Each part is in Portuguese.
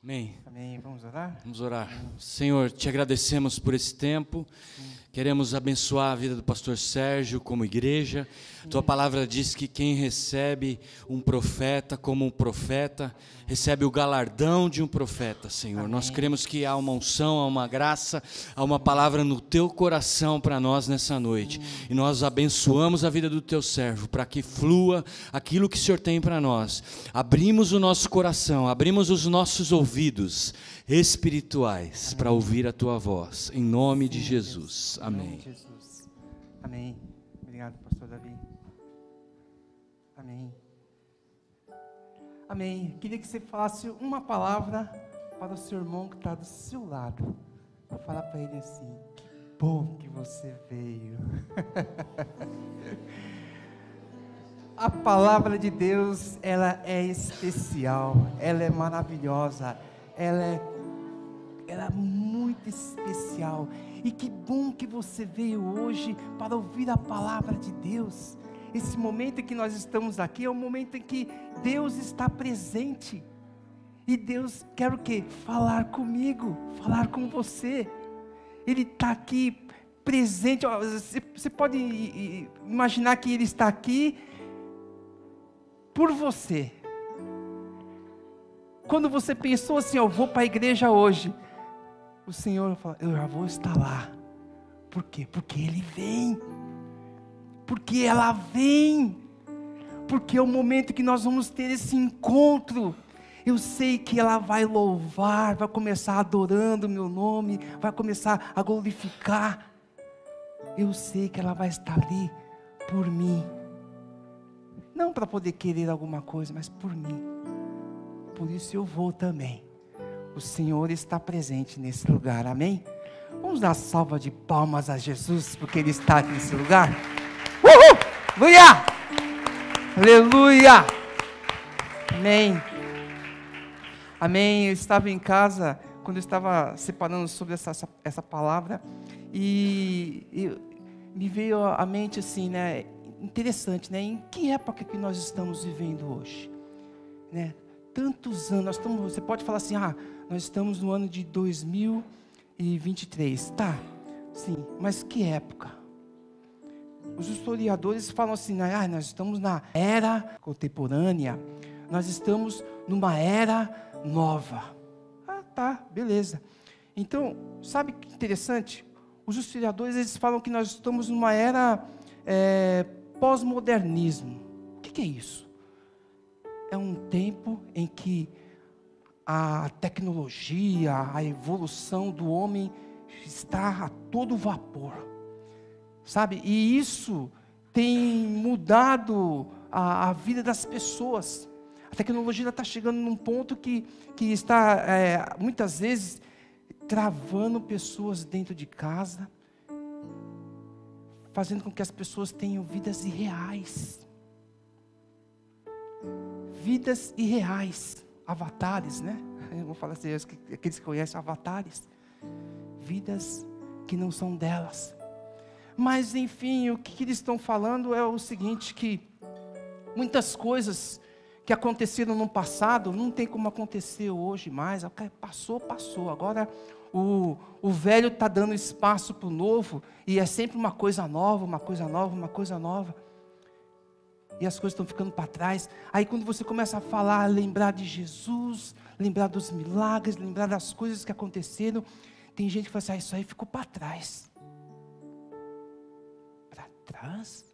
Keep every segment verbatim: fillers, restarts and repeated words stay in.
Amém. Amém. Vamos orar? Vamos orar. Senhor, te agradecemos por esse tempo. Queremos abençoar a vida do pastor Sérgio como igreja. Tua palavra diz que quem recebe um profeta como um profeta, recebe o galardão de um profeta, Senhor. Amém. Nós cremos que há uma unção, há uma graça, há uma palavra no teu coração para nós nessa noite. Amém. E nós abençoamos a vida do teu servo, para que flua aquilo que o Senhor tem para nós. Abrimos o nosso coração, abrimos os nossos ouvidos espirituais para ouvir a tua voz, em nome de Jesus. Amém. Jesus. Amém. Obrigado, pastor Davi. Amém. Amém. Queria que você falasse uma palavra para o seu irmão que está do seu lado. Vou falar para ele assim: que bom que você veio. A palavra de Deus, ela é especial, ela é maravilhosa, ela é, ela é muito especial. E que bom que você veio hoje para ouvir a palavra de Deus. Esse momento em que nós estamos aqui é o momento em que Deus está presente. E Deus quer o quê? Falar comigo, falar com você. Ele está aqui presente. Você pode imaginar que Ele está aqui por você. Quando você pensou assim, eu vou para a igreja hoje, o Senhor fala, eu já vou estar lá. Por quê? Porque Ele vem. Porque ela vem. Porque é o momento que nós vamos ter esse encontro. Eu sei que ela vai louvar, vai começar adorando o meu nome, vai começar a glorificar. Eu sei que ela vai estar ali por mim. Não para poder querer alguma coisa, mas por mim. Por isso eu vou também. O Senhor está presente nesse lugar, amém? Vamos dar salva de palmas a Jesus, porque Ele está aqui nesse lugar. Uhul! Aleluia! Aleluia! Amém. Amém. Eu estava em casa, quando eu estava separando sobre essa, essa, essa palavra, e, e me veio à mente assim, né? Interessante, né? Em que época que nós estamos vivendo hoje? Né? Tantos anos, nós estamos, você pode falar assim, ah, nós estamos no ano de dois mil e vinte e três, tá? Sim, mas que época? Os historiadores falam assim, ah, nós estamos na era contemporânea, nós estamos numa era nova. Ah, tá, beleza. Então, sabe que interessante? Os historiadores, eles falam que nós estamos numa era é, pós-modernismo. O que, que é isso? É um tempo em que a tecnologia, a evolução do homem está a todo vapor, sabe? E isso tem mudado a, a vida das pessoas. A tecnologia está chegando num ponto que, que está, é, muitas vezes, travando pessoas dentro de casa, fazendo com que as pessoas tenham vidas irreais. Vidas irreais, avatares, né? Eu vou falar assim, aqueles que conhecem avatares. Vidas que não são delas. Mas, enfim, o que eles estão falando é o seguinte, que muitas coisas que aconteceram no passado, não tem como acontecer hoje mais. Passou, passou. Agora, o, o velho está dando espaço para o novo, e é sempre uma coisa nova, uma coisa nova, uma coisa nova. E as coisas estão ficando para trás. Aí quando você começa a falar, lembrar de Jesus, lembrar dos milagres, lembrar das coisas que aconteceram, tem gente que fala assim, ah, isso aí ficou para trás. Para trás?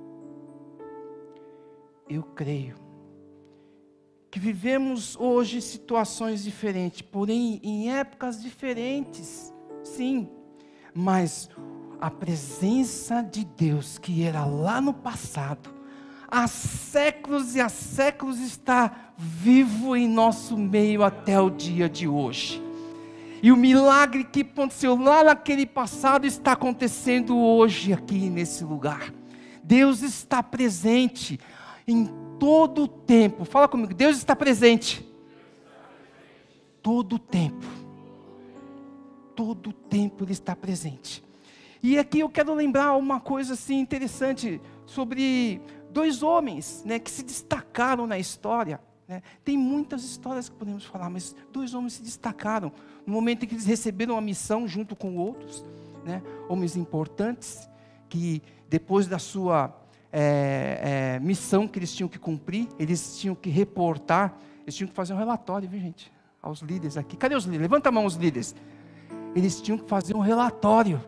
Eu creio que vivemos hoje situações diferentes, porém em épocas diferentes, sim, mas a presença de Deus que era lá no passado, há séculos e há séculos está vivo em nosso meio até o dia de hoje. E o milagre que aconteceu lá naquele passado está acontecendo hoje aqui nesse lugar. Deus está presente em todo o tempo. Fala comigo, Deus está presente. Todo o tempo. Todo o tempo Ele está presente. E aqui eu quero lembrar uma coisa assim interessante sobre dois homens, né, que se destacaram na história, né? Tem muitas histórias que podemos falar, mas dois homens se destacaram no momento em que eles receberam uma missão junto com outros, né? Homens importantes que depois da sua é, é, missão que eles tinham que cumprir, eles tinham que reportar, eles tinham que fazer um relatório, viu, gente? Aos líderes aqui. Cadê os líderes? Levanta a mão os líderes. Eles tinham que fazer um relatório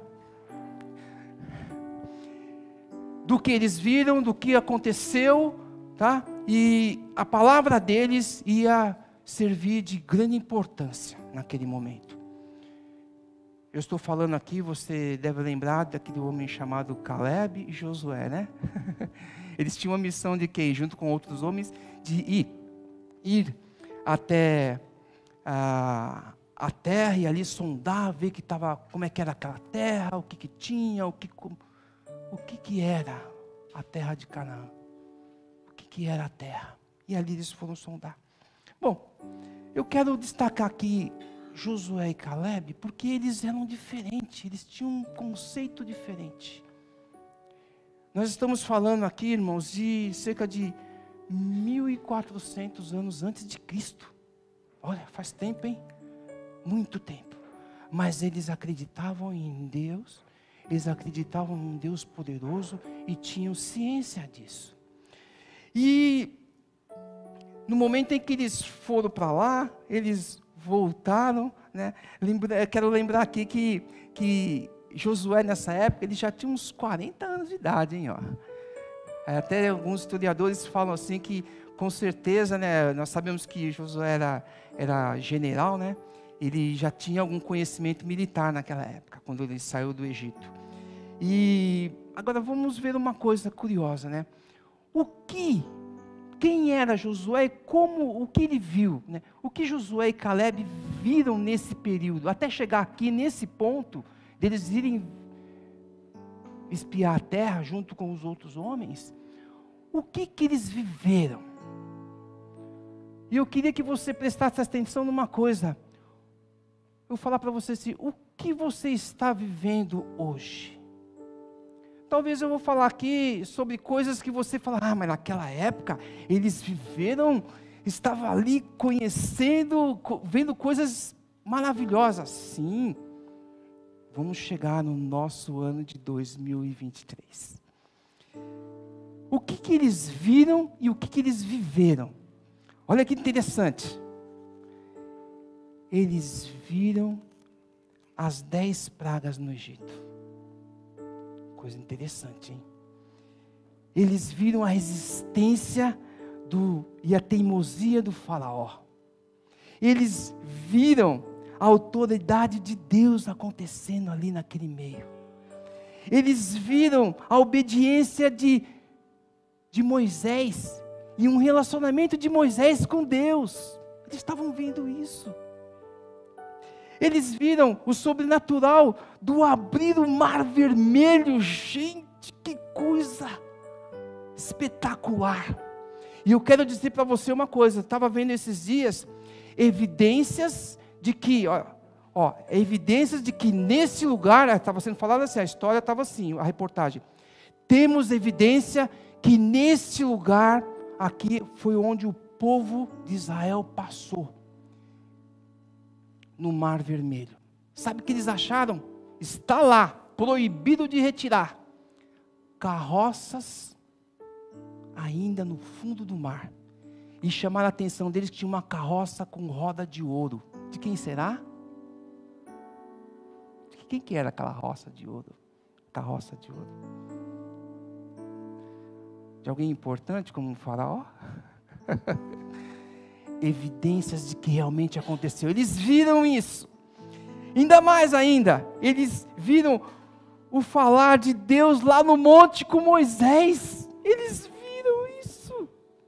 do que eles viram, do que aconteceu, tá? E a palavra deles ia servir de grande importância naquele momento. Eu estou falando aqui, você deve lembrar daquele homem chamado Caleb e Josué, né? Eles tinham a missão de quê? Junto com outros homens, de ir, ir até a, a terra e ali sondar, ver que tava, como é que era aquela terra, o que que tinha, o que, o que que era a terra de Canaã. O que que era a terra. E ali eles foram sondar. Bom, eu quero destacar aqui Josué e Caleb, porque eles eram diferentes, eles tinham um conceito diferente. Nós estamos falando aqui, irmãos, de cerca de mil e quatrocentos anos antes de Cristo. Olha, faz tempo, hein? Muito tempo. Mas eles acreditavam em Deus, eles acreditavam em um Deus poderoso e tinham ciência disso. E no momento em que eles foram para lá, eles voltaram, né? Lembra, quero lembrar aqui que, que Josué nessa época, ele já tinha uns quarenta anos de idade, hein, ó. Até alguns historiadores falam assim que, com certeza, né, nós sabemos que Josué era, era general, né? Ele já tinha algum conhecimento militar naquela época, quando ele saiu do Egito. E agora vamos ver uma coisa curiosa, né? O que Quem era Josué e como, o que ele viu, né? O que Josué e Caleb viram nesse período, até chegar aqui nesse ponto, deles irem espiar a terra junto com os outros homens, o que que eles viveram? E eu queria que você prestasse atenção numa coisa, eu vou falar para você assim, o que você está vivendo hoje? Talvez eu vou falar aqui sobre coisas que você fala, ah, mas naquela época eles viveram, estavam ali conhecendo, vendo coisas maravilhosas. Sim, vamos chegar no nosso ano de dois mil e vinte e três. O que que eles viram e o que que eles viveram? Olha que interessante. Eles viram as dez pragas no Egito. Coisa interessante, hein? Eles viram a resistência do, e a teimosia do faraó. Eles viram a autoridade de Deus acontecendo ali naquele meio. Eles viram a obediência de, de Moisés e um relacionamento de Moisés com Deus. Eles estavam vendo isso. Eles viram o sobrenatural do abrir o mar vermelho. Gente, que coisa espetacular. E eu quero dizer para você uma coisa. Eu estava vendo esses dias evidências de que, ó, ó, evidências de que nesse lugar, estava sendo falado assim, a história estava assim, a reportagem. Temos evidência que nesse lugar aqui foi onde o povo de Israel passou. No Mar Vermelho. Sabe o que eles acharam? Está lá, proibido de retirar. Carroças ainda no fundo do mar. E chamaram a atenção deles que tinha uma carroça com roda de ouro. De quem será? De quem que era aquela carroça de ouro? Carroça de ouro. De alguém importante como um faraó? Evidências de que realmente aconteceu. Eles viram isso. Ainda mais ainda, eles viram o falar de Deus lá no monte com Moisés. Eles viram isso.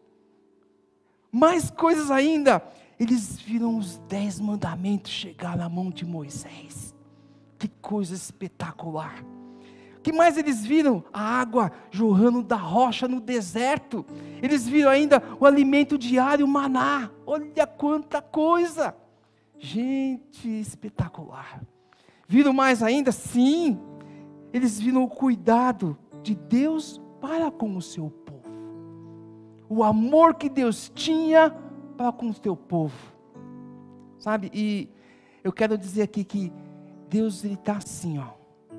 Mais coisas ainda. Eles viram os dez mandamentos chegar na mão de Moisés. Que coisa espetacular. O que mais eles viram? A água jorrando da rocha no deserto. Eles viram ainda o alimento diário, o maná. Olha quanta coisa. Gente, espetacular. Viram mais ainda? Sim. Eles viram o cuidado de Deus para com o seu povo. O amor que Deus tinha para com o teu povo, sabe? E eu quero dizer aqui que Deus, Ele está assim, ó.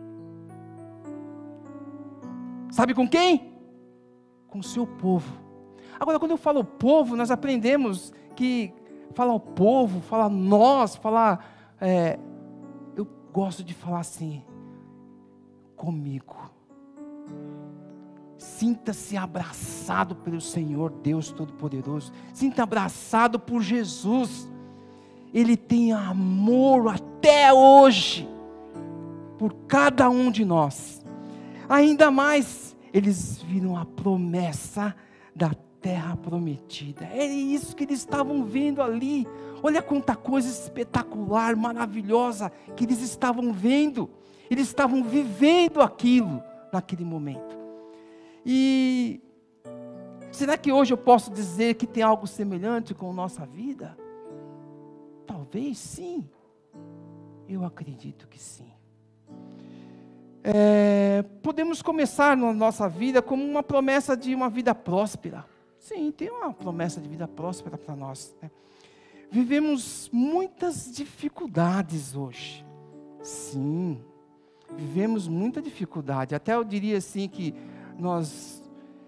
Sabe com quem? Com o seu povo. Agora, quando eu falo povo, nós aprendemos que falar o povo, falar nós, falar... É, eu gosto de falar assim, comigo. Sinta-se abraçado pelo Senhor Deus Todo-Poderoso. Sinta abraçado por Jesus. Ele tem amor até hoje por cada um de nós. Ainda mais, eles viram a promessa da terra prometida. É isso que eles estavam vendo ali. Olha quanta coisa espetacular, maravilhosa que eles estavam vendo. Eles estavam vivendo aquilo naquele momento. E será que hoje eu posso dizer que tem algo semelhante com a nossa vida? Talvez sim. Eu acredito que sim. É, podemos começar na nossa vida como uma promessa de uma vida próspera. Sim, tem uma promessa de vida próspera para nós, né? Vivemos muitas dificuldades hoje. Sim, vivemos muita dificuldade. Até eu diria assim que nós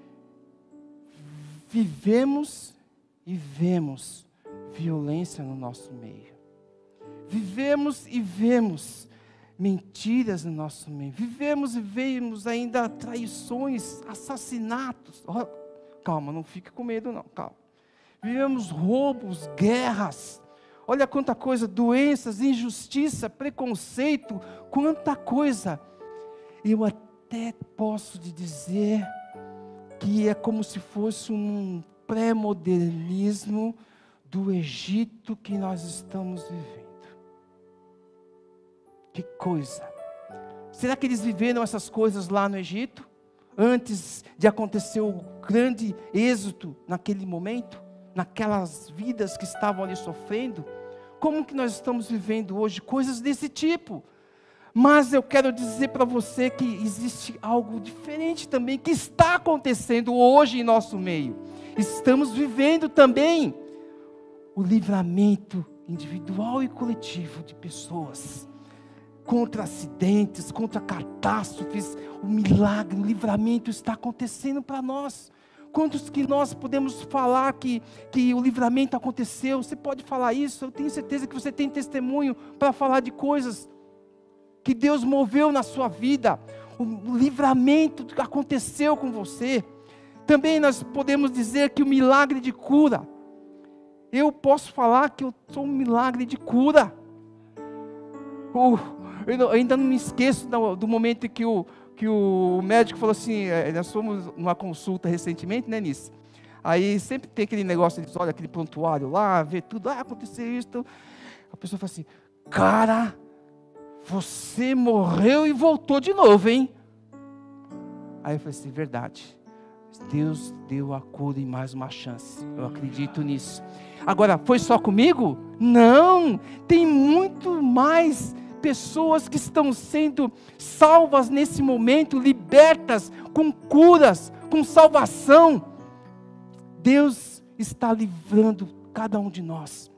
vivemos e vemos violência no nosso meio. Vivemos e vemos mentiras no nosso meio. Vivemos e vemos ainda traições, assassinatos. Oh, calma, não fique com medo não, calma. Vivemos roubos, guerras. Olha quanta coisa, doenças, injustiça, preconceito, quanta coisa. Eu até posso te dizer que é como se fosse um pré-modernismo do Egito que nós estamos vivendo. Que coisa! Será que eles viveram essas coisas lá no Egito? Antes de acontecer o grande êxodo naquele momento? Naquelas vidas que estavam ali sofrendo? Como que nós estamos vivendo hoje? Coisas desse tipo. Mas eu quero dizer para você que existe algo diferente também, que está acontecendo hoje em nosso meio. Estamos vivendo também o livramento individual e coletivo de pessoas. Contra acidentes, contra catástrofes, o milagre, o livramento está acontecendo para nós. Quantos que nós podemos falar que, que o livramento aconteceu? Você pode falar isso? Eu tenho certeza que você tem testemunho para falar de coisas que Deus moveu na sua vida. O, o livramento que aconteceu com você. Também nós podemos dizer que o milagre de cura. Eu posso falar que eu sou um milagre de cura. Uh, eu ainda não me esqueço do, do momento que o... que o médico falou assim, nós fomos numa consulta recentemente, né, Nisso? Aí sempre tem aquele negócio, eles olham aquele prontuário lá, vê tudo, ah, aconteceu isso. A pessoa fala assim, cara, você morreu e voltou de novo, hein? Aí eu falei assim, verdade. Deus deu a cura e mais uma chance. Eu acredito nisso. Agora, foi só comigo? Não, tem muito mais pessoas que estão sendo salvas nesse momento, libertas, com curas, com salvação. Deus está livrando cada um de nós.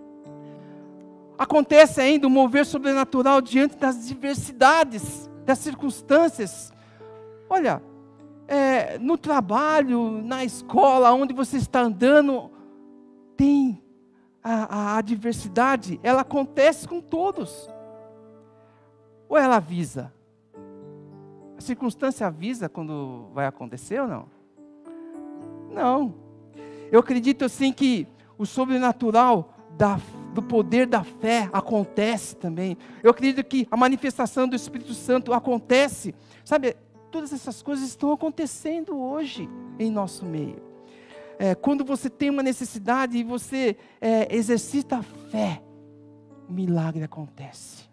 Acontece ainda o mover sobrenatural diante das diversidades, das circunstâncias. Olha, é, no trabalho, na escola, onde você está andando, tem a, a adversidade, ela acontece com todos. Ou ela avisa? A circunstância avisa quando vai acontecer ou não? Não. Eu acredito assim que o sobrenatural da, do poder da fé acontece também. Eu acredito que a manifestação do Espírito Santo acontece. Sabe, todas essas coisas estão acontecendo hoje em nosso meio. É, quando você tem uma necessidade e você é, exercita a fé, o milagre acontece.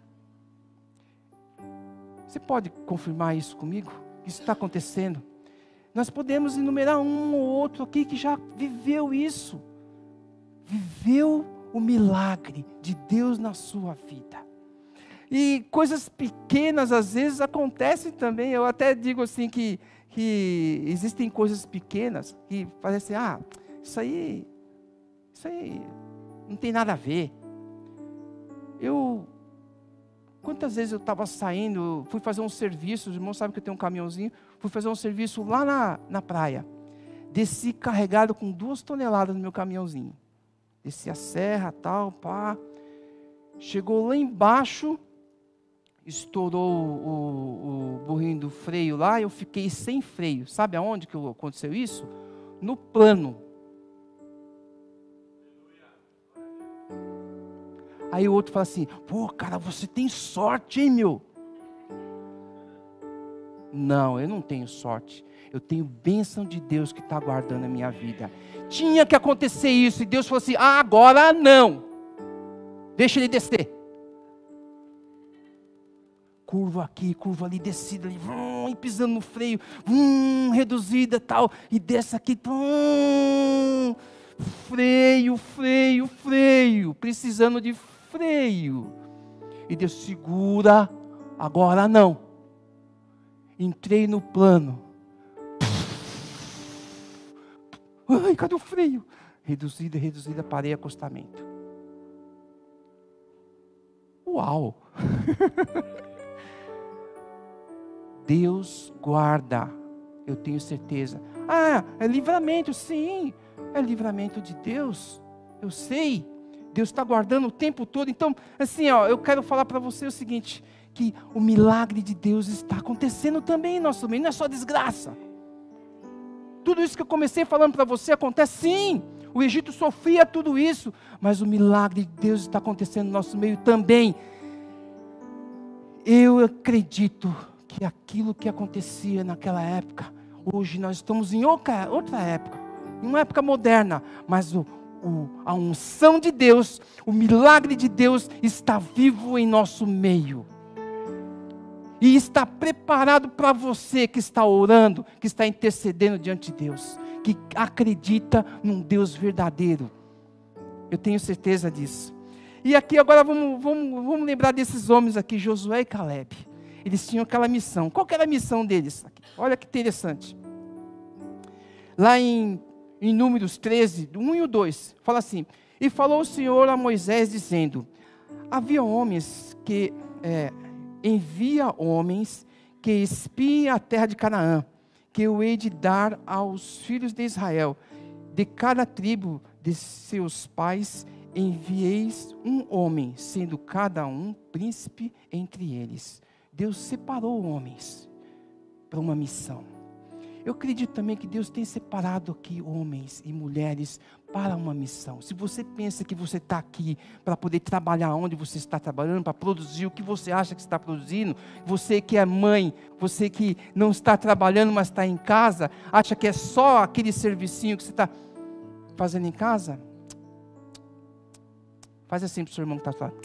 Você pode confirmar isso comigo? Isso está acontecendo. Nós podemos enumerar um ou outro aqui que já viveu isso. Viveu o milagre de Deus na sua vida. E coisas pequenas às vezes acontecem também. Eu até digo assim que, que existem coisas pequenas que parecem, ah, isso aí, Isso aí não tem nada a ver. Eu, quantas vezes eu estava saindo, fui fazer um serviço, os irmãos sabem que eu tenho um caminhãozinho, fui fazer um serviço lá na, na praia. Desci carregado com duas toneladas no meu caminhãozinho. Desci a serra, tal, pá. Chegou lá embaixo, estourou o, o, o burrinho do freio lá, eu fiquei sem freio. Sabe aonde que aconteceu isso? No plano. Aí o outro fala assim, pô, cara, você tem sorte, hein, meu? Não, eu não tenho sorte. Eu tenho bênção de Deus que está guardando a minha vida. Tinha que acontecer isso, e Deus falou assim, ah, agora não. Deixa ele descer. Curva aqui, curva ali, descida ali, vum, e pisando no freio, vum, reduzida tal, e desce aqui, vum, freio, freio, freio, precisando de freio. E Deus segura, agora não. Entrei no plano. Ai, cadê o freio? Reduzida, reduzida, parei acostamento. Uau! Deus guarda, eu tenho certeza. Ah, é livramento, sim, é livramento de Deus, eu sei. Deus está guardando o tempo todo. Então, assim, ó, eu quero falar para você o seguinte, que o milagre de Deus está acontecendo também em nosso meio, não é só desgraça. Tudo isso que eu comecei falando para você acontece sim. O Egito sofria tudo isso, mas o milagre de Deus está acontecendo no nosso meio também. Eu acredito que aquilo que acontecia naquela época, hoje nós estamos em outra, outra época, em uma época moderna, mas o, o, a unção de Deus, o milagre de Deus está vivo em nosso meio. E está preparado para você que está orando, que está intercedendo diante de Deus, que acredita num Deus verdadeiro. Eu tenho certeza disso. E aqui agora vamos, vamos, vamos lembrar desses homens aqui, Josué e Caleb. Eles tinham aquela missão. Qual que era a missão deles? Olha que interessante. Lá em, em Números treze, do um e o dois, fala assim, e falou o Senhor a Moisés dizendo, havia homens que... É, envia homens que espiem a terra de Canaã, que eu hei de dar aos filhos de Israel. De cada tribo de seus pais envieis um homem, sendo cada um príncipe entre eles. Deus separou homens para uma missão. Eu acredito também que Deus tem separado aqui homens e mulheres para uma missão. Se você pensa que você está aqui para poder trabalhar onde você está trabalhando, para produzir o que você acha que está produzindo, você que é mãe, você que não está trabalhando, mas está em casa, acha que é só aquele servicinho que você está fazendo em casa? Faz assim para o seu irmão que está falando.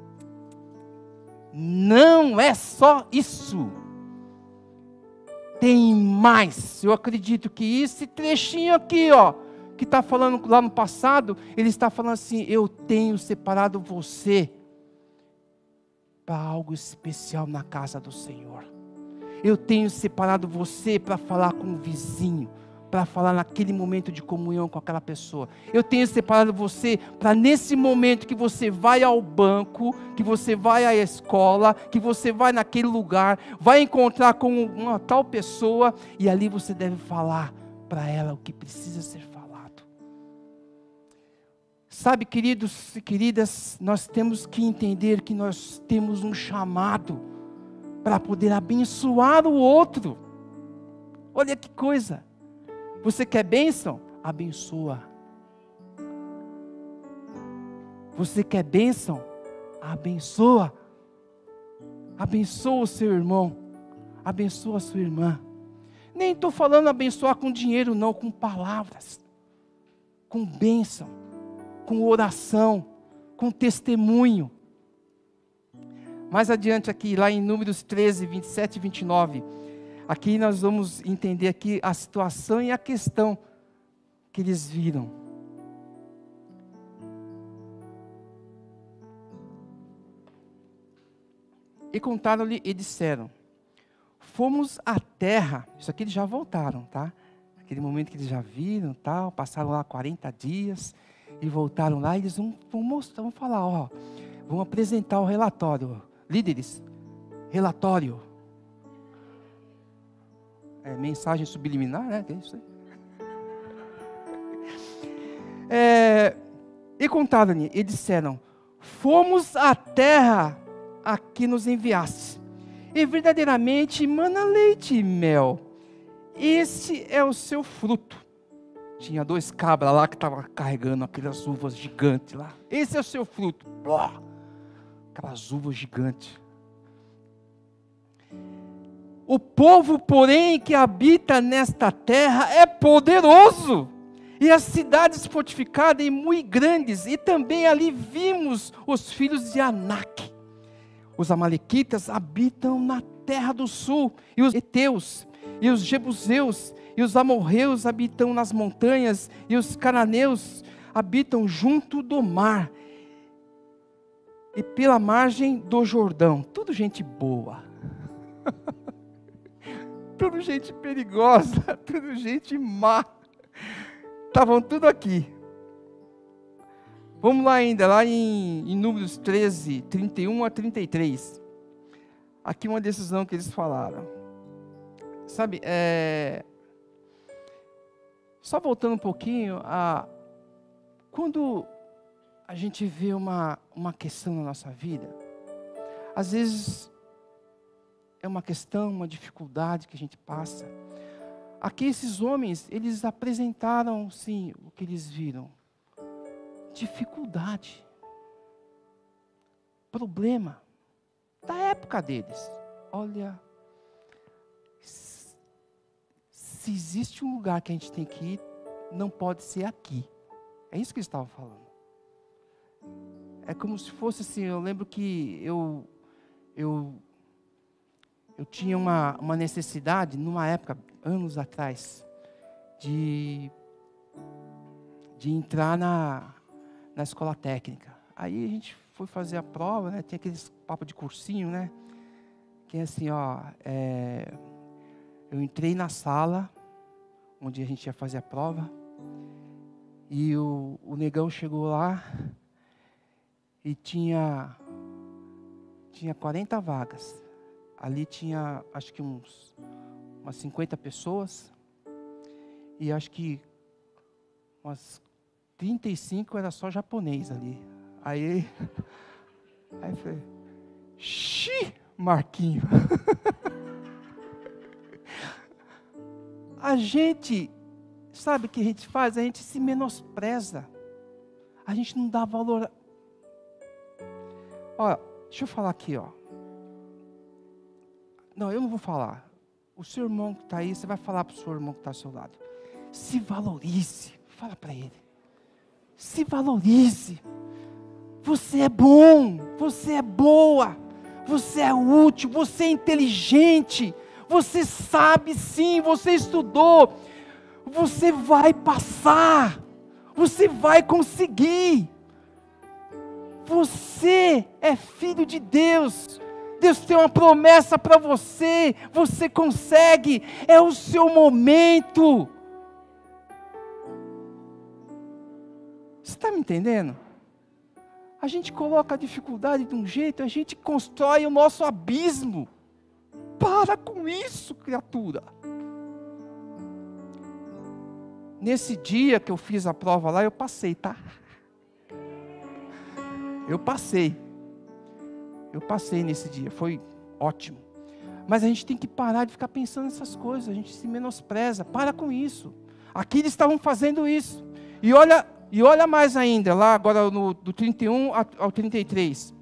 Não é só isso. Tem mais. Eu acredito que esse trechinho aqui, ó, que está falando lá no passado, ele está falando assim, eu tenho separado você para algo especial na casa do Senhor. Eu tenho separado você para falar com o vizinho, para falar naquele momento de comunhão com aquela pessoa. Eu tenho separado você para nesse momento que você vai ao banco, que você vai à escola, que você vai naquele lugar, vai encontrar com uma tal pessoa e ali você deve falar para ela o que precisa ser falado. Sabe, queridos e queridas, nós temos que entender que nós temos um chamado para poder abençoar o outro. Olha que coisa. Você quer bênção? Abençoa. Você quer bênção? Abençoa. Abençoa o seu irmão. Abençoa a sua irmã. Nem estou falando abençoar com dinheiro, não, com palavras. Com bênção. Com oração. Com testemunho. Mais adiante aqui, lá em Números treze, vinte e sete e vinte e nove... Aqui nós vamos entender aqui a situação e a questão que eles viram. E contaram-lhe e disseram, fomos à terra, isso aqui eles já voltaram, tá? Aquele momento que eles já viram, tal, passaram lá quarenta dias, E voltaram lá e eles vão, vão mostrar, vão falar, ó, vão apresentar o relatório. Líderes, relatório. É mensagem subliminar, né? Que é isso aí. É, e contaram-lhe, e disseram, fomos à terra a que nos enviaste, e verdadeiramente mana leite e mel. Esse é o seu fruto. Tinha dois cabras lá que estavam carregando aquelas uvas gigantes lá. Esse é o seu fruto. Blá, aquelas uvas gigantes. O povo, porém, que habita nesta terra é poderoso. E as cidades fortificadas e muito grandes. E também ali vimos os filhos de Anak. Os amalequitas habitam na terra do sul. E os heteus, e os jebuseus, e os amorreus habitam nas montanhas, e os cananeus habitam junto do mar, e pela margem do Jordão. Tudo gente boa. Tudo gente perigosa, tudo gente má. Estavam tudo aqui. Vamos lá ainda, lá em, em Números treze, trinta e um a trinta e três. Aqui uma decisão que eles falaram. Sabe, é... Só voltando um pouquinho, a... quando a gente vê uma, uma questão na nossa vida, às vezes é uma questão, uma dificuldade que a gente passa. Aqui esses homens, eles apresentaram, sim, o que eles viram. Dificuldade. Problema. Da época deles. Olha, se existe um lugar que a gente tem que ir, não pode ser aqui. É isso que eles estavam falando. É como se fosse assim, eu lembro que eu, eu, eu tinha uma, uma necessidade, numa época, anos atrás, de, de entrar na, na escola técnica. Aí a gente foi fazer a prova, né? Tem aqueles papo de cursinho, né? Que é assim, ó, é, eu entrei na sala, onde a gente ia fazer a prova, e o, o negão chegou lá, e tinha, tinha quarenta vagas. Ali tinha, acho que uns, umas cinquenta pessoas, e acho que umas trinta e cinco era só japonês ali. Aí, aí eu falei, xi, Marquinho. A gente, sabe o que a gente faz? A gente se menospreza. A gente não dá valor. Olha, deixa eu falar aqui, ó. Não, eu não vou falar. O seu irmão que está aí, você vai falar para o seu irmão que está ao seu lado. Se valorize. Fala para ele. Se valorize. Você é bom. Você é boa. Você é útil. Você é inteligente. Você sabe sim. Você estudou. Você vai passar. Você vai conseguir. Você é filho de Deus. Deus tem uma promessa para você. Você consegue. É o seu momento. Você está me entendendo? A gente coloca a dificuldade de um jeito, a gente constrói o nosso abismo. Para com isso, criatura. Nesse dia que eu fiz a prova lá, eu passei, tá? Eu passei. Eu passei nesse dia, foi ótimo. Mas a gente tem que parar de ficar pensando nessas coisas, a gente se menospreza. Para com isso. Aqui eles estavam fazendo isso. E olha, e olha mais ainda, lá agora no, do trinta e um ao trinta e três.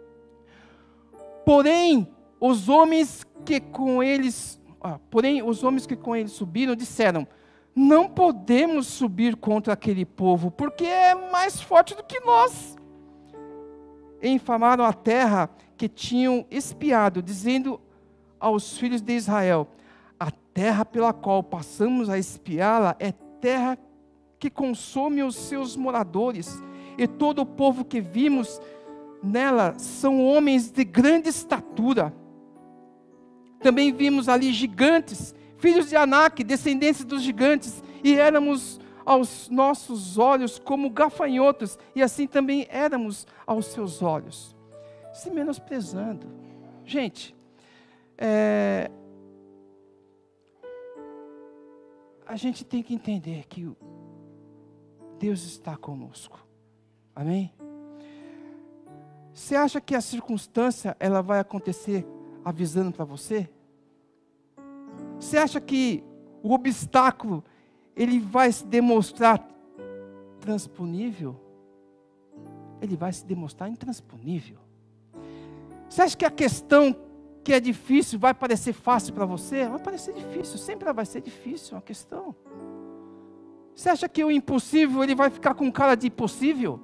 Porém, os homens que com eles, ah, porém, os homens que com eles subiram disseram: não podemos subir contra aquele povo, porque é mais forte do que nós. E infamaram a terra que tinham espiado, dizendo aos filhos de Israel: a terra pela qual passamos a espiá-la é terra que consome os seus moradores, e todo o povo que vimos nela são homens de grande estatura. Também vimos ali gigantes, filhos de Anak, descendentes dos gigantes, e éramos aos nossos olhos como gafanhotos, e assim também éramos aos seus olhos. Se menosprezando. Gente, é, a gente tem que entender que Deus está conosco. Amém? Você acha que a circunstância ela vai acontecer avisando para você? Você acha que o obstáculo ele vai se demonstrar transponível? Ele vai se demonstrar intransponível. Você acha que a questão que é difícil vai parecer fácil para você? Vai parecer difícil, sempre vai ser difícil uma questão. Você acha que o impossível ele vai ficar com cara de impossível?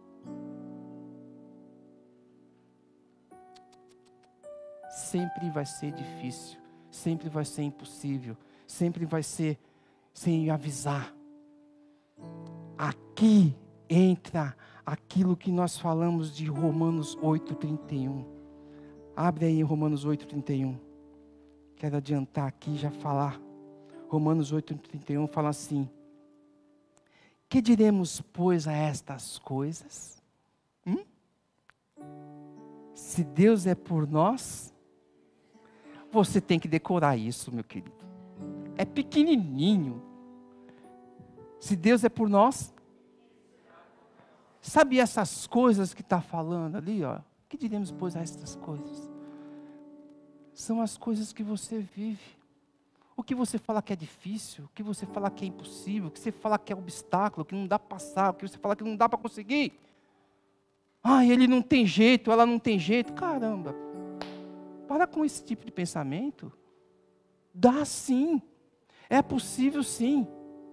Sempre vai ser difícil, sempre vai ser impossível, sempre vai ser sem avisar. Aqui entra aquilo que nós falamos de Romanos oito, trinta e um. Abre aí Romanos oito, trinta e um. Quero adiantar aqui e já falar. Romanos oito, trinta e um fala assim: que diremos, pois, a estas coisas? Hum? Se Deus é por nós, você tem que decorar isso, meu querido. É pequenininho. Se Deus é por nós, sabe essas coisas que está falando ali, ó? Que diremos, pois, a estas coisas? São as coisas que você vive. O que você fala que é difícil, o que você fala que é impossível, o que você fala que é obstáculo, que não dá para passar, o que você fala que não dá para conseguir. Ah, ele não tem jeito, ela não tem jeito. Caramba, para com esse tipo de pensamento. Dá sim, é possível sim.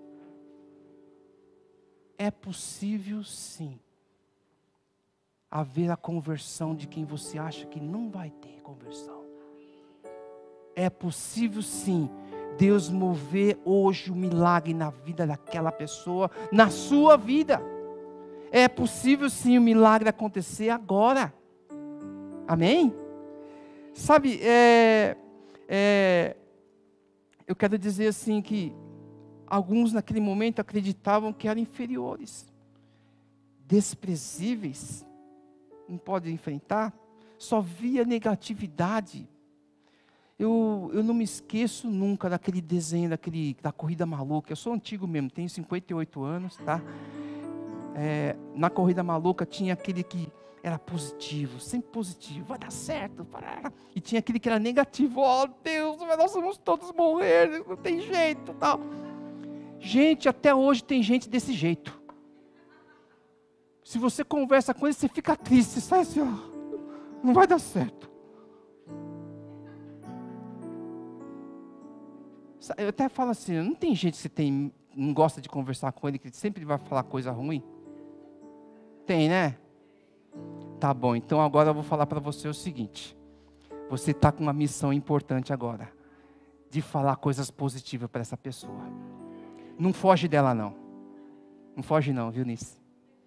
É possível sim haver a conversão de quem você acha que não vai ter conversão. É possível sim Deus mover hoje o milagre na vida daquela pessoa, na sua vida. É possível sim o milagre acontecer agora. Amém? Sabe, é, é, eu quero dizer assim que alguns naquele momento acreditavam que eram inferiores, desprezíveis, não podem enfrentar, só via negatividade. Eu, eu não me esqueço nunca daquele desenho, daquele, da Corrida Maluca. Eu sou antigo mesmo, tenho cinquenta e oito anos, tá? É, na Corrida Maluca tinha aquele que era positivo, sempre positivo, vai dar certo. E tinha aquele que era negativo, oh Deus, nós vamos todos morrer, não tem jeito, tal. Gente, até hoje tem gente desse jeito. Se você conversa com ele, você fica triste, sai assim, ó, não vai dar certo. Eu até falo assim, não tem gente que você tem, não gosta de conversar com ele, que sempre vai falar coisa ruim? Tem, né? Tá bom, então agora eu vou falar para você o seguinte. Você está com uma missão importante agora, de falar coisas positivas para essa pessoa. Não foge dela não. Não foge não, viu, Nice?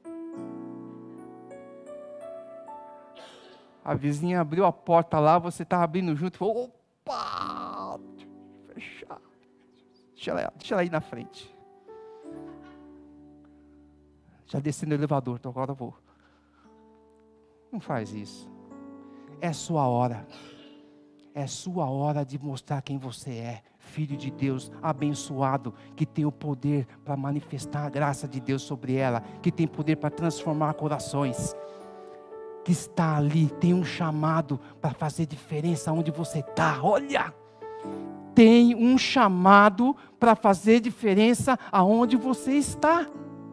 A vizinha abriu a porta lá, você estava abrindo junto e falou, opa, fechar. Deixa ela, deixa ela aí na frente. Já desci no elevador, então agora eu vou. Não faz isso. É sua hora. É sua hora de mostrar quem você é. Filho de Deus, abençoado, que tem o poder para manifestar a graça de Deus sobre ela, que tem poder para transformar corações, que está ali, tem um chamado para fazer diferença onde você está. Olha, tem um chamado para fazer diferença aonde você está.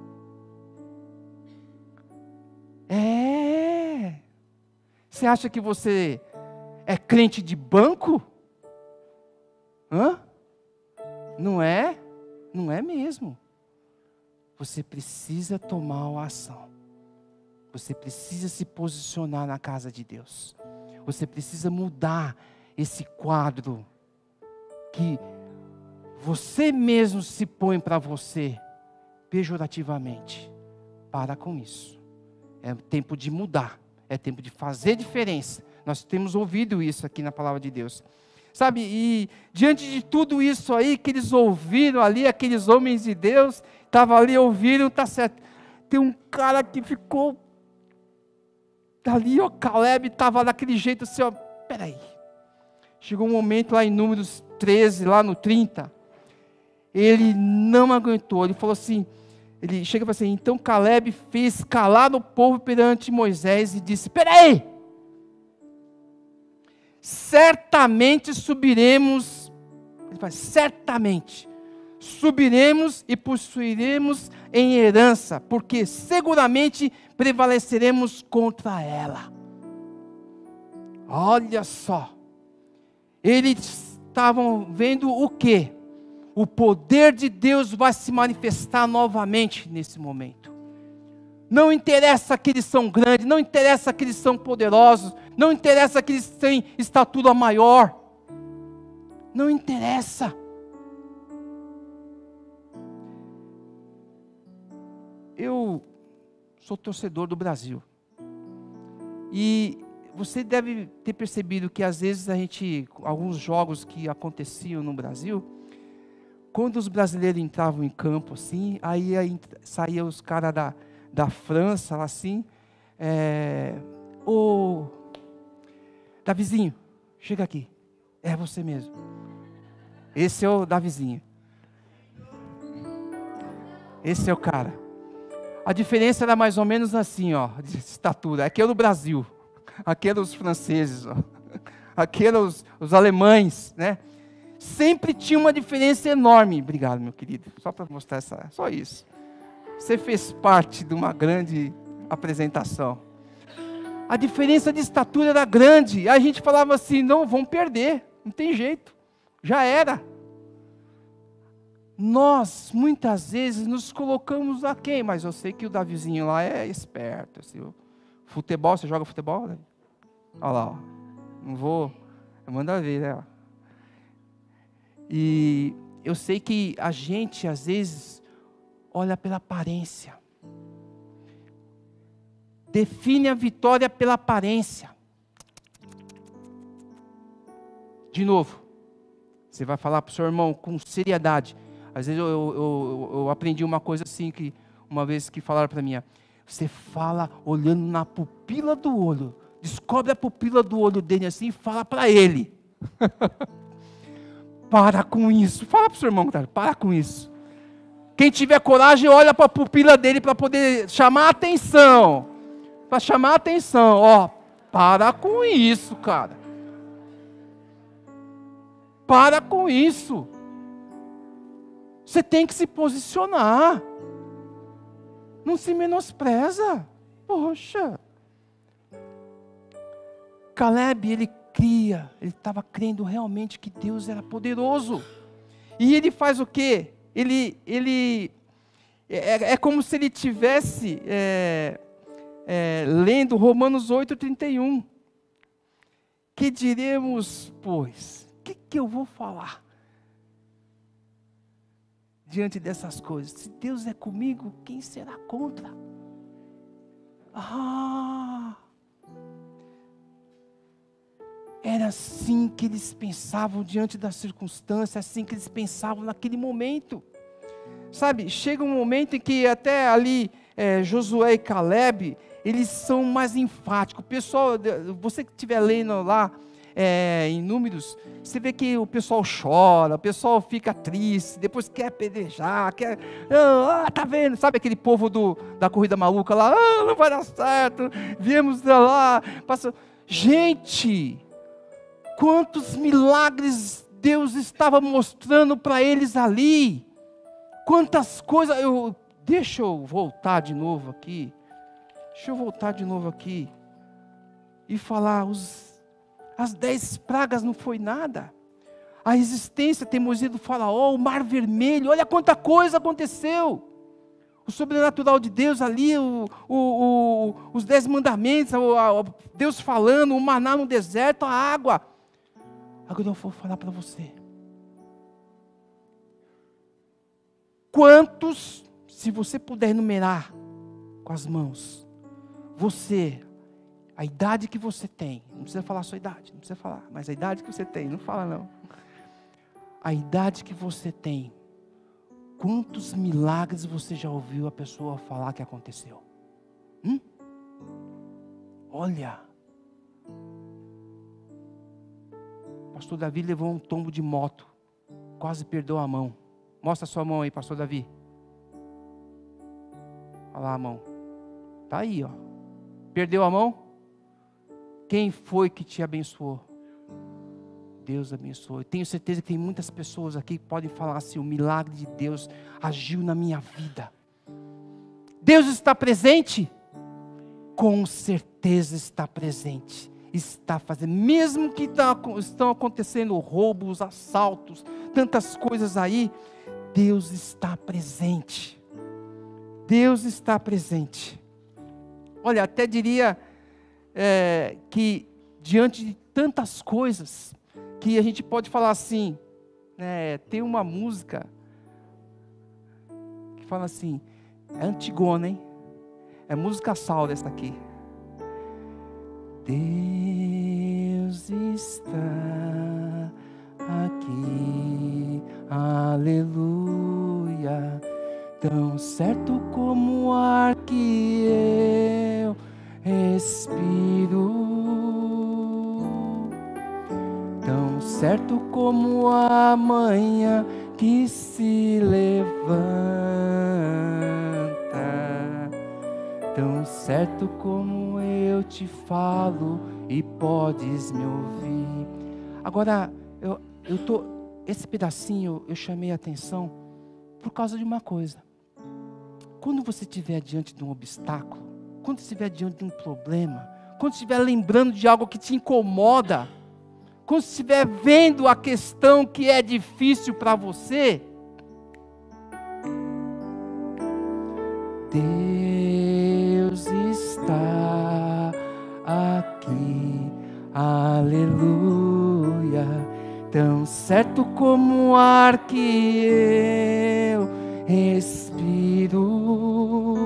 É. Você acha que você é crente de banco? Hã? Não é? Não é mesmo. Você precisa tomar uma ação. Você precisa se posicionar na casa de Deus. Você precisa mudar esse quadro que você mesmo se põe para você pejorativamente. Para com isso. É tempo de mudar. É tempo de fazer diferença. Nós temos ouvido isso aqui na palavra de Deus. sabe? E diante de tudo isso aí que eles ouviram ali, aqueles homens de Deus, estavam ali ouvindo, tá certo. Tem um cara que ficou ali, ó, Caleb estava daquele jeito assim, ó, peraí. Chegou um momento lá em Números treze, lá no trinta, ele não aguentou, ele falou assim, ele chega e fala assim, então Caleb fez calar o povo perante Moisés e disse, peraí, certamente subiremos, ele fala, certamente, subiremos e possuiremos em herança, porque seguramente prevaleceremos contra ela. Olha só, eles estavam vendo o quê? O poder de Deus vai se manifestar novamente nesse momento. Não interessa que eles são grandes, não interessa que eles são poderosos, não interessa que eles têm estatura maior, não interessa. Eu sou torcedor do Brasil, e você deve ter percebido que às vezes a gente, alguns jogos que aconteciam no Brasil, quando os brasileiros entravam em campo assim, aí, aí saía os caras da, da França lá assim, é, ô, Davizinho, chega aqui, é você mesmo, esse é o Davizinho, esse é o cara. A diferença era mais ou menos assim, ó, de estatura, aqui é no Brasil, aqui eram os franceses, ó, aqui eram os, os alemães, né? Sempre tinha uma diferença enorme. Obrigado, meu querido. Só para mostrar essa, só isso. Você fez parte de uma grande apresentação. A diferença de estatura era grande. A gente falava assim, não, vamos perder. Não tem jeito. Já era. Nós, muitas vezes, nos colocamos a quem? Mas eu sei que o Davizinho lá é esperto. Assim, o futebol, você joga futebol? Né? Olha lá, ó. Não vou... Manda ver, né? E eu sei que a gente, às vezes, olha pela aparência. Define a vitória pela aparência. De novo, você vai falar para o seu irmão com seriedade. Às vezes eu, eu, eu, eu aprendi uma coisa assim, que uma vez que falaram para mim, você fala olhando na pupila do olho. Descobre a pupila do olho dele assim e fala para ele. Para com isso. Fala para o seu irmão, cara, para com isso. Quem tiver coragem, olha para a pupila dele para poder chamar a atenção. Para chamar a atenção. Ó, para com isso, cara. Para com isso. Você tem que se posicionar. Não se menospreza. Poxa. Caleb, ele cria, ele estava crendo realmente que Deus era poderoso. E ele faz o quê? Ele, ele é, é como se ele tivesse é, é, lendo Romanos oito, trinta e um. Que diremos, pois? O que, que eu vou falar diante dessas coisas? Se Deus é comigo, quem será contra? Ah... Era assim que eles pensavam diante das circunstâncias, assim que eles pensavam naquele momento. Sabe, chega um momento em que até ali é, Josué e Caleb, eles são mais enfáticos. O pessoal, você que estiver lendo lá é, em Números, você vê que o pessoal chora, o pessoal fica triste, depois quer apedrejar, quer, ah, tá vendo, sabe aquele povo do, da corrida maluca lá, ah, não vai dar certo, viemos de lá, passa... gente... Quantos milagres Deus estava mostrando para eles ali. Quantas coisas. Eu, deixa eu voltar de novo aqui. Deixa eu voltar de novo aqui. E falar, os, as dez pragas não foi nada. A resistência, a teimosia do faraó, o mar vermelho. Olha quanta coisa aconteceu. O sobrenatural de Deus ali, o, o, o, os dez mandamentos, o, a, Deus falando, o maná no deserto, a água. Agora eu vou falar para você. Quantos, se você puder enumerar com as mãos, você A idade que você tem, não precisa falar a sua idade, não precisa falar, mas a idade que você tem, não fala não. A idade que você tem, quantos milagres você já ouviu a pessoa falar que aconteceu? Hum? Olha, pastor Davi levou um tombo de moto, quase perdeu a mão. Mostra a sua mão aí, pastor Davi. Olha lá a mão, está aí, ó. Perdeu a mão? Quem foi que te abençoou? Deus abençoou. Eu tenho certeza que tem muitas pessoas aqui que podem falar assim: o milagre de Deus agiu na minha vida. Deus está presente? Com certeza está presente. Está fazendo, mesmo que tá, estão acontecendo roubos, assaltos, tantas coisas aí, Deus está presente. Deus está presente. Olha, até diria é, que diante de tantas coisas, que a gente pode falar assim, né, tem uma música que fala assim, é antigona, hein? É música sal dessa aqui. Deus está aqui, aleluia, tão certo como o ar que eu respiro, tão certo como a manhã que se levanta, tão certo como eu te falo e podes me ouvir. Agora, eu, eu tô, esse pedacinho eu chamei a atenção por causa de uma coisa. Quando você estiver diante de um obstáculo, quando estiver diante de um problema, quando estiver lembrando de algo que te incomoda, quando estiver vendo a questão que é difícil para você, Deus está aqui, aleluia, tão certo como o ar que eu respiro,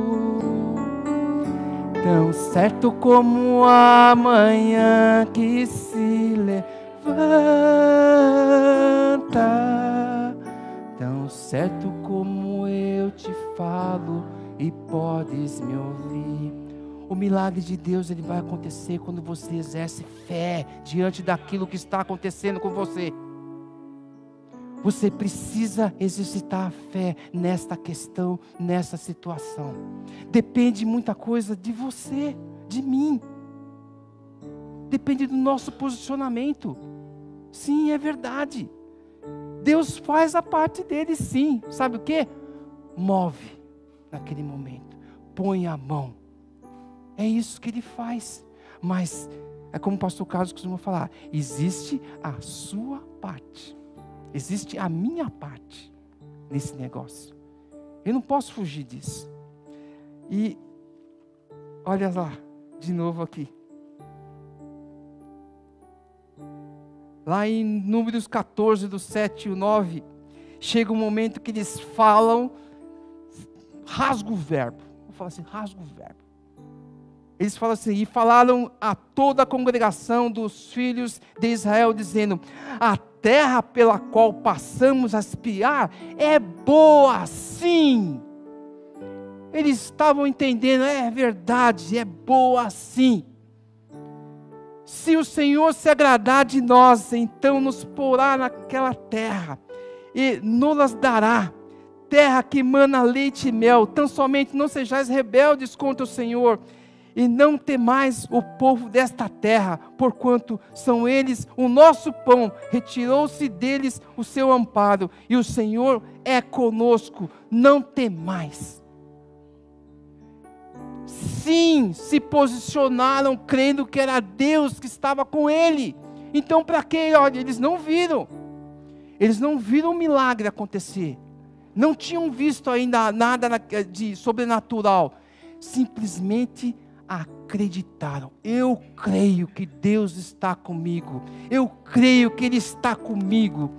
tão certo como a manhã que se levanta, tão certo como eu te falo e podes me ouvir. O milagre de Deus, ele vai acontecer quando você exerce fé diante daquilo que está acontecendo com você. Você precisa exercitar a fé nesta questão, nessa situação. Depende muita coisa de você, de mim. Depende do nosso posicionamento. Sim, é verdade. Deus faz a parte dele, sim. Sabe o quê? Move naquele momento. Põe a mão. É isso que ele faz. Mas, é como o pastor Carlos costuma falar, existe a sua parte. Existe a minha parte nesse negócio. Eu não posso fugir disso. E, olha lá, de novo aqui. Lá em Números catorze, do sete e o nove, chega um momento que eles falam, rasga o verbo. Vou falar assim, rasga o verbo. Eles falam assim, e falaram a toda a congregação dos filhos de Israel, dizendo, a terra pela qual passamos a espiar é boa sim. Eles estavam entendendo, é verdade, é boa sim. Se o Senhor se agradar de nós, então nos porá naquela terra, e nos dará, terra que mana leite e mel, tão somente não sejais rebeldes contra o Senhor, e não temais o povo desta terra, porquanto são eles o nosso pão, retirou-se deles o seu amparo, e o Senhor é conosco, não temais. Sim, se posicionaram crendo que era Deus que estava com ele. Então para quê? Olha, eles não viram. Eles não viram o milagre acontecer. Não tinham visto ainda nada de sobrenatural. Simplesmente acreditaram. Eu creio que Deus está comigo. Eu creio que Ele está comigo.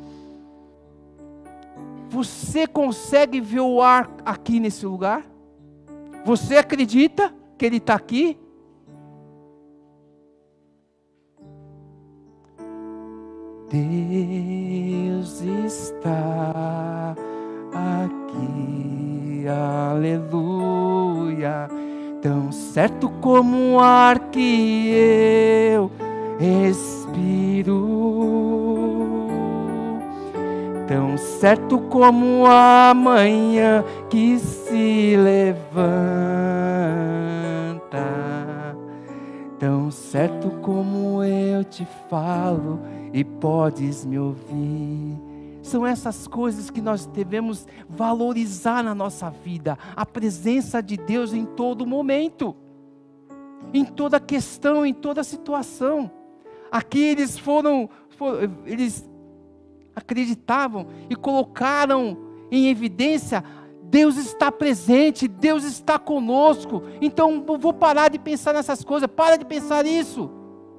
Você consegue ver o ar aqui nesse lugar? Você acredita que Ele está aqui? Deus está aqui, aleluia, tão certo como o ar que eu respiro, tão certo como a manhã que se levanta, tão certo como eu te falo e podes me ouvir. São essas coisas que nós devemos valorizar na nossa vida, a presença de Deus em todo momento, em toda questão, em toda situação. Aqui eles foram, foram eles acreditavam e colocaram em evidência: Deus está presente, Deus está conosco. Então eu vou parar de pensar nessas coisas, para de pensar isso.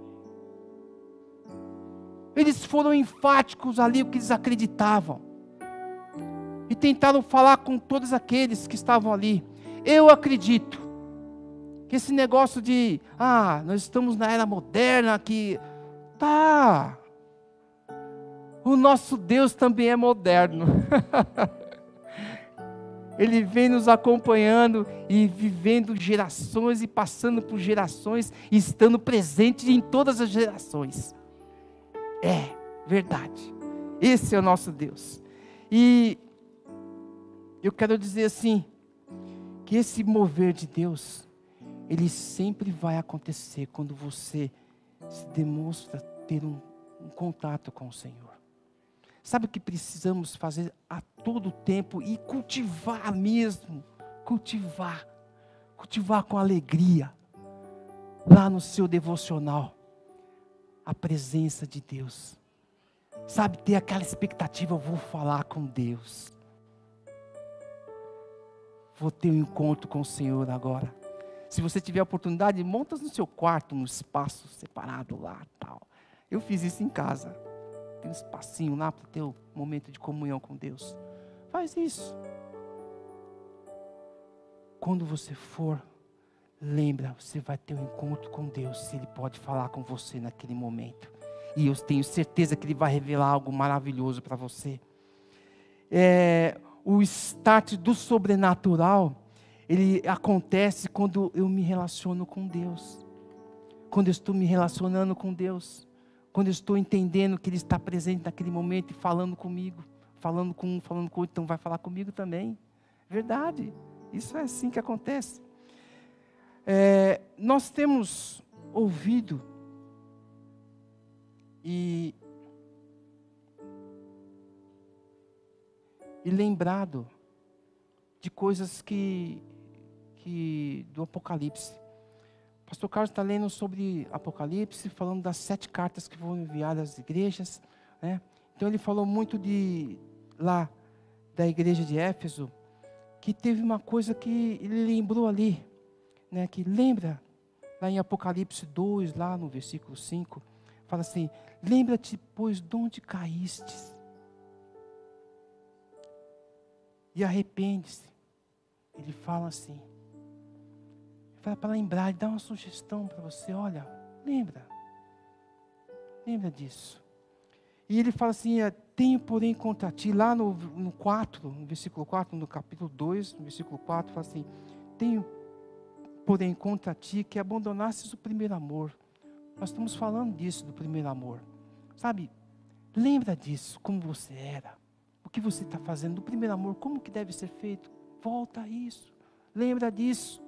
Eles foram enfáticos ali, o que eles acreditavam, e tentaram falar com todos aqueles que estavam ali. Eu acredito que esse negócio de, ah, nós estamos na era moderna, que, tá, o nosso Deus também é moderno. Ele vem nos acompanhando e vivendo gerações e passando por gerações e estando presente em todas as gerações. É verdade. Esse é o nosso Deus. E eu quero dizer assim, que esse mover de Deus, ele sempre vai acontecer quando você se demonstra ter um, um contato com o Senhor. Sabe o que precisamos fazer a todo tempo e cultivar mesmo? Cultivar. Cultivar com alegria. Lá no seu devocional. A presença de Deus. Sabe, ter aquela expectativa, eu vou falar com Deus. Vou ter um encontro com o Senhor agora. Se você tiver a oportunidade, monta no seu quarto, um espaço separado lá, tal. Eu fiz isso em casa. Tem um espacinho lá para ter um momento de comunhão com Deus. Faz isso. Quando você for, lembra, você vai ter um encontro com Deus, se Ele pode falar com você naquele momento. E eu tenho certeza que Ele vai revelar algo maravilhoso para você. É, o start do sobrenatural, ele acontece quando eu me relaciono com Deus. Quando eu estou me relacionando com Deus. Quando eu estou entendendo que Ele está presente naquele momento e falando comigo. Falando com um, falando com outro, então vai falar comigo também. Verdade. Isso é assim que acontece. É, nós temos ouvido e, e lembrado de coisas que, que do Apocalipse. O pastor Carlos está lendo sobre Apocalipse, falando das sete cartas que foram enviadas às igrejas, né? Então ele falou muito de lá da igreja de Éfeso, que teve uma coisa que ele lembrou ali, né, que lembra, lá em Apocalipse dois, lá no versículo cinco, fala assim: lembra-te, pois, de onde caíste, e arrepende-se. Ele fala assim, ele fala para lembrar, ele dá uma sugestão para você: olha, lembra, lembra disso. E ele fala assim: tenho porém contra ti, lá no, no quatro, no versículo quatro, no capítulo dois, no versículo quatro, fala assim: tenho porém contra ti que abandonasses o primeiro amor. Nós estamos falando disso, do primeiro amor. Sabe, lembra disso, como você era, o que você está fazendo, do primeiro amor, como que deve ser feito. Volta a isso, lembra disso.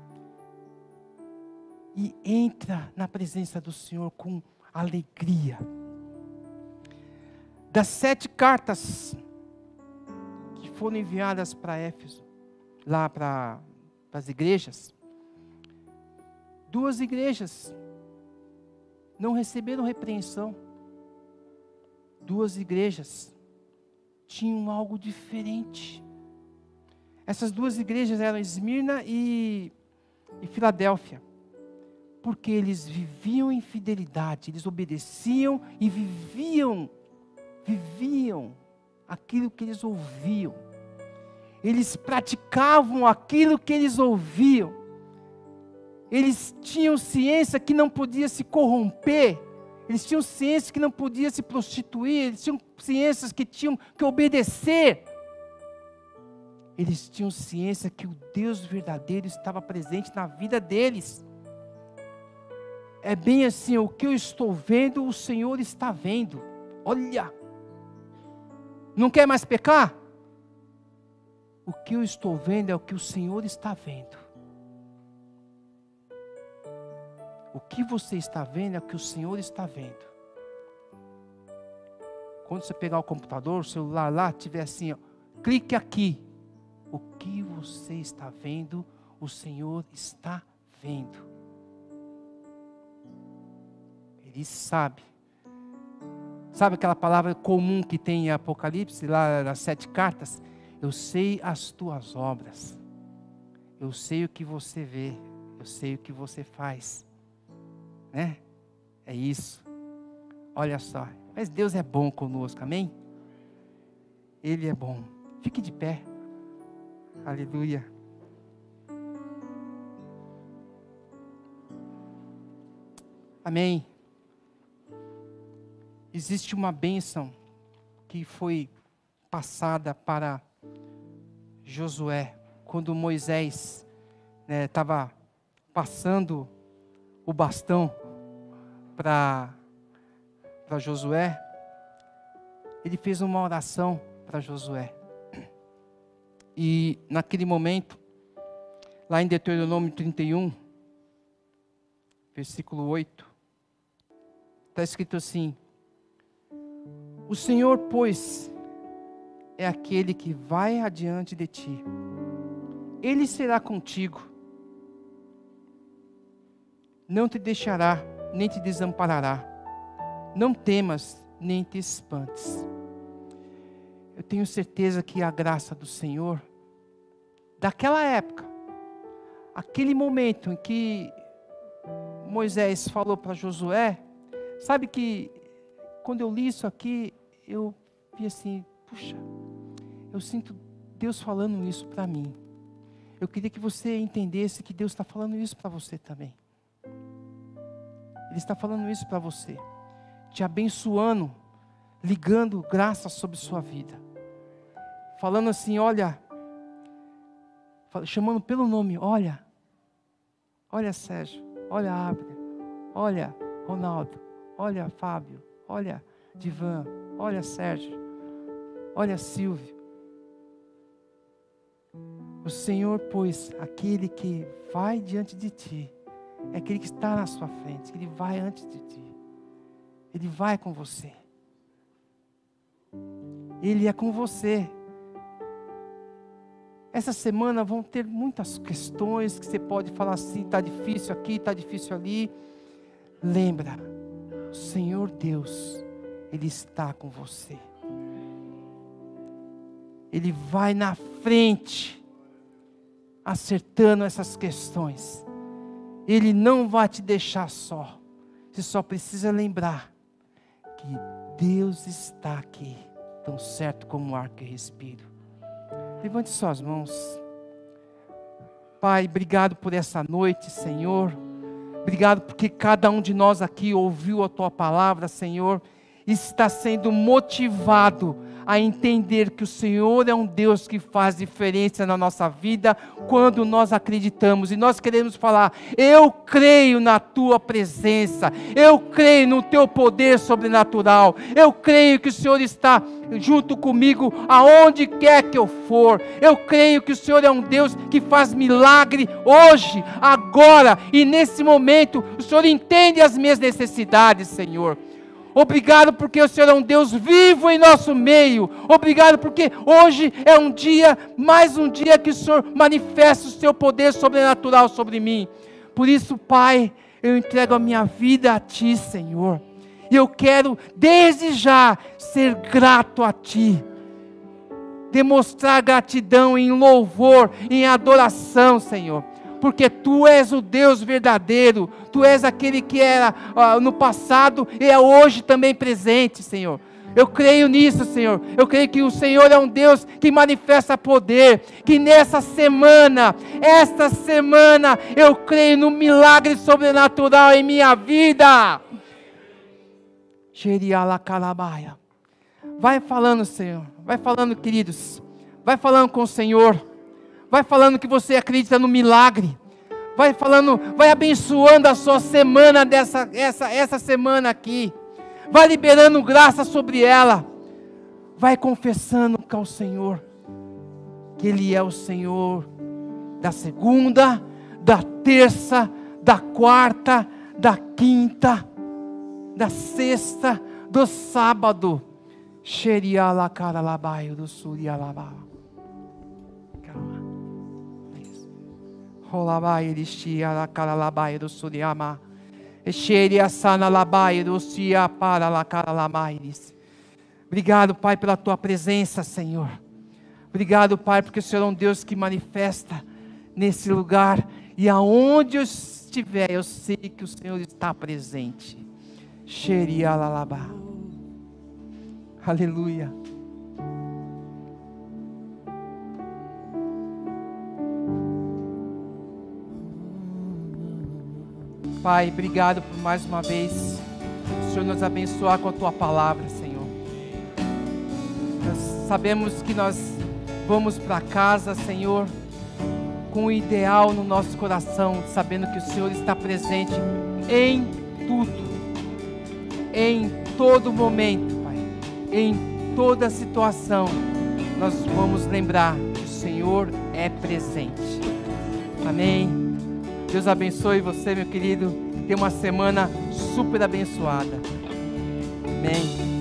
E entra na presença do Senhor com alegria. Das sete cartas que foram enviadas para Éfeso, lá para as igrejas, duas igrejas não receberam repreensão. Duas igrejas tinham algo diferente. Essas duas igrejas eram Esmirna e, e Filadélfia. Porque eles viviam em fidelidade, eles obedeciam e viviam, viviam aquilo que eles ouviam. Eles praticavam aquilo que eles ouviam. Eles tinham ciência que não podia se corromper Eles tinham ciência que não podia se prostituir, eles tinham ciências que tinham que obedecer. Eles tinham ciência que o Deus verdadeiro estava presente na vida deles. É bem assim, o que eu estou vendo, o Senhor está vendo. Olha! Não quer mais pecar? O que eu estou vendo é o que o Senhor está vendo. O que você está vendo é o que o Senhor está vendo. Quando você pegar o computador, o celular lá, tiver assim, ó, clique aqui. O que você está vendo, o Senhor está vendo. Ele sabe. Sabe aquela palavra comum que tem em Apocalipse, lá nas sete cartas? Eu sei as tuas obras. Eu sei o que você vê. Eu sei o que você faz. Né? É isso. Olha só. Mas Deus é bom conosco, amém? Ele é bom. Fique de pé. Aleluia. Amém. Existe uma bênção que foi passada para Josué, quando Moisés estava né, passando o bastão para para Josué. Ele fez uma oração para Josué. E naquele momento, lá em Deuteronômio trinta e um, versículo oito, está escrito assim: o Senhor, pois, é aquele que vai adiante de ti. Ele será contigo. Não te deixará, nem te desamparará. Não temas, nem te espantes. Eu tenho certeza que a graça do Senhor, daquela época, aquele momento em que Moisés falou para Josué, sabe que quando eu li isso aqui, eu vi assim, puxa, eu sinto Deus falando isso para mim. Eu queria que você entendesse que Deus está falando isso para você também. Ele está falando isso para você, te abençoando, ligando graça sobre sua vida. Falando assim, olha, chamando pelo nome, olha, olha Sérgio, olha Abner, olha Ronaldo, olha Fábio, olha Divan, olha Sérgio, olha Silvio. O Senhor, pois, aquele que vai diante de ti, é aquele que está na sua frente, Ele vai antes de ti. Ele vai com você. Ele é com você. Essa semana vão ter muitas questões que você pode falar assim, está difícil aqui, está difícil ali. Lembra, o Senhor Deus, Ele está com você. Ele vai na frente, acertando essas questões. Ele não vai te deixar só. Você só precisa lembrar que Deus está aqui, tão certo como o ar que respiro. Levante suas mãos. Pai, obrigado por essa noite, Senhor. Obrigado porque cada um de nós aqui ouviu a Tua palavra, Senhor, e está sendo motivado a entender que o Senhor é um Deus que faz diferença na nossa vida quando nós acreditamos. E nós queremos falar, eu creio na Tua presença, eu creio no Teu poder sobrenatural, eu creio que o Senhor está junto comigo aonde quer que eu for. Eu creio que o Senhor é um Deus que faz milagre hoje, agora e nesse momento. O Senhor entende as minhas necessidades, Senhor. Obrigado porque o Senhor é um Deus vivo em nosso meio. Obrigado porque hoje é um dia, mais um dia que o Senhor manifesta o seu poder sobrenatural sobre mim. Por isso, Pai, eu entrego a minha vida a Ti, Senhor. E eu quero, desde já, ser grato a Ti. Demonstrar gratidão em louvor, em adoração, Senhor. Porque Tu és o Deus verdadeiro, Tu és aquele que era uh, no passado e é hoje também presente, Senhor. Eu creio nisso, Senhor. Eu creio que o Senhor é um Deus que manifesta poder, que nessa semana, esta semana, eu creio no milagre sobrenatural em minha vida. Xerialacalabaia. Vai falando, Senhor. Vai falando, queridos. Vai falando com o Senhor. Vai falando que você acredita no milagre. Vai falando, vai abençoando a sua semana dessa essa, essa semana aqui. Vai liberando graça sobre ela. Vai confessando ao Senhor que Ele é o Senhor da segunda, da terça, da quarta, da quinta, da sexta, do sábado. Xerialacaralabaio do Surialabá. Rolabai elistialacaralabaio do Suriama. Xeriasanalabaio do Siaparalaralabairis. Obrigado, Pai, pela Tua presença, Senhor. Obrigado, Pai, porque o Senhor é um Deus que manifesta nesse lugar. E aonde eu estiver, eu sei que o Senhor está presente. Xerialalabá. Aleluia. Pai, obrigado por mais uma vez o Senhor nos abençoar com a Tua palavra, Senhor. Nós sabemos que nós vamos para casa, Senhor, com o ideal no nosso coração, sabendo que o Senhor está presente em tudo, em todo momento, Pai, em toda situação. Nós vamos lembrar que o Senhor é presente. Amém. Deus abençoe você, meu querido. Tenha uma semana super abençoada. Amém.